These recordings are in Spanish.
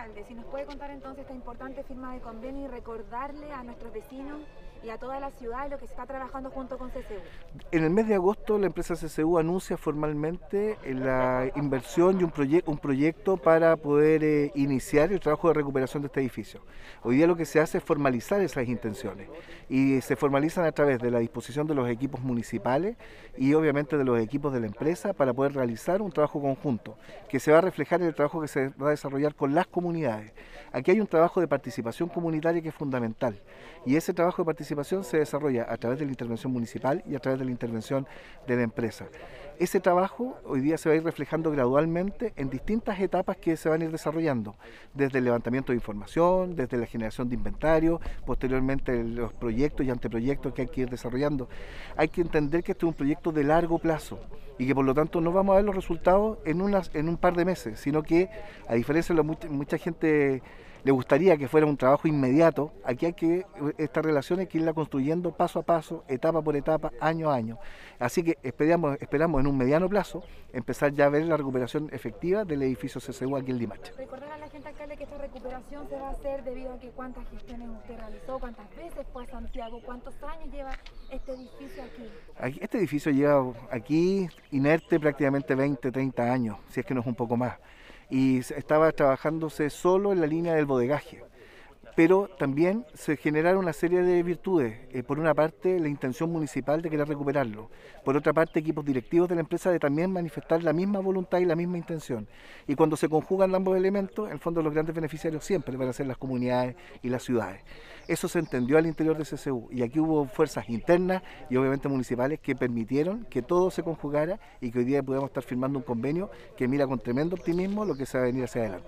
alcalde, si nos puede contar entonces esta importante firma de convenio y recordarle a nuestros vecinos y a toda la ciudad lo que se está trabajando junto con CCU. En el mes de agosto la empresa CCU anuncia formalmente la inversión y un proyecto para poder iniciar el trabajo de recuperación de este edificio. Hoy día lo que se hace es formalizar esas intenciones y se formalizan a través de la disposición de los equipos municipales y obviamente de los equipos de la empresa para poder realizar un trabajo conjunto que se va a reflejar en el trabajo que se va a desarrollar con las comunidades. Aquí hay un trabajo de participación comunitaria que es fundamental y ese trabajo de participación se desarrolla a través de la intervención municipal y a través de la intervención de la empresa. Ese trabajo hoy día se va a ir reflejando gradualmente en distintas etapas que se van a ir desarrollando, desde el levantamiento de información, desde la generación de inventario, posteriormente los proyectos y anteproyectos que hay que ir desarrollando. Hay que entender que este es un proyecto de largo plazo y que por lo tanto no vamos a ver los resultados en un par de meses, sino que a diferencia de mucha gente le gustaría que fuera un trabajo inmediato, aquí esta relación hay que irla construyendo paso a paso, etapa por etapa, año a año. Así que esperamos en un mediano plazo empezar ya a ver la recuperación efectiva del edificio CCU aquí en Limache. Recordar a la gente, alcalde, que esta recuperación se va a hacer debido a que cuántas gestiones usted realizó, cuántas veces fue a Santiago, cuántos años lleva este edificio aquí. Este edificio lleva aquí inerte prácticamente 20, 30 años, si es que no es un poco más. Y estaba trabajándose solo en la línea del bodegaje. Pero también se generaron una serie de virtudes. Por una parte, la intención municipal de querer recuperarlo. Por otra parte, equipos directivos de la empresa de también manifestar la misma voluntad y la misma intención. Y cuando se conjugan ambos elementos, en el fondo los grandes beneficiarios siempre van a ser las comunidades y las ciudades. Eso se entendió al interior de CCU y aquí hubo fuerzas internas y obviamente municipales que permitieron que todo se conjugara y que hoy día podamos estar firmando un convenio que mira con tremendo optimismo lo que se va a venir hacia adelante.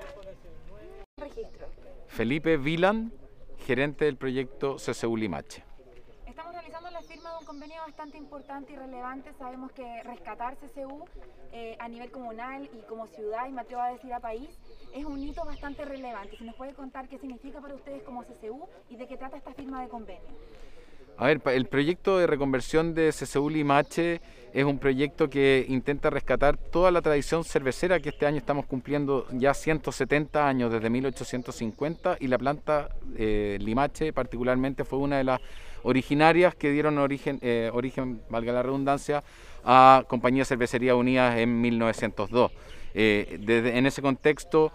Registro. Felipe Vilan, gerente del proyecto CCU Limache. Estamos realizando la firma de un convenio bastante importante y relevante. Sabemos que rescatar CCU a nivel comunal y como ciudad, y me atrevo a decir a país, es un hito bastante relevante. Si nos puede contar qué significa para ustedes como CCU y de qué trata esta firma de convenio. A ver, el proyecto de reconversión de CCU Limache es un proyecto que intenta rescatar toda la tradición cervecera que este año estamos cumpliendo ya 170 años, desde 1850, y la planta Limache particularmente fue una de las originarias que dieron origen, valga la redundancia, a Compañía Cervecería Unidas en 1902. En ese contexto,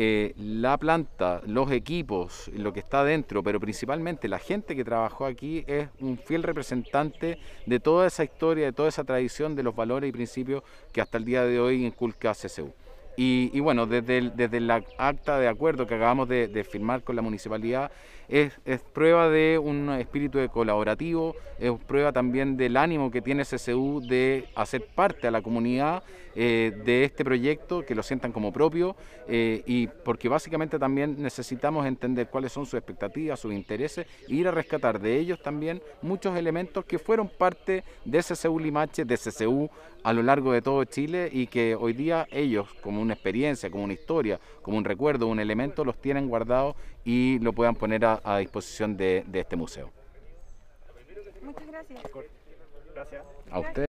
la planta, los equipos, lo que está dentro, pero principalmente la gente que trabajó aquí es un fiel representante de toda esa historia, de toda esa tradición, de los valores y principios que hasta el día de hoy inculca CCU. Y bueno, desde la acta de acuerdo que acabamos de firmar con la municipalidad, es prueba de un espíritu colaborativo, es prueba también del ánimo que tiene CCU de hacer parte a la comunidad de este proyecto, que lo sientan como propio, y porque básicamente también necesitamos entender cuáles son sus expectativas, sus intereses, e ir a rescatar de ellos también muchos elementos que fueron parte de CCU Limache, de CCU a lo largo de todo Chile, y que hoy día ellos, como una experiencia, como una historia, como un recuerdo, un elemento, los tienen guardados y lo puedan poner a disposición de este museo. Muchas gracias. A usted.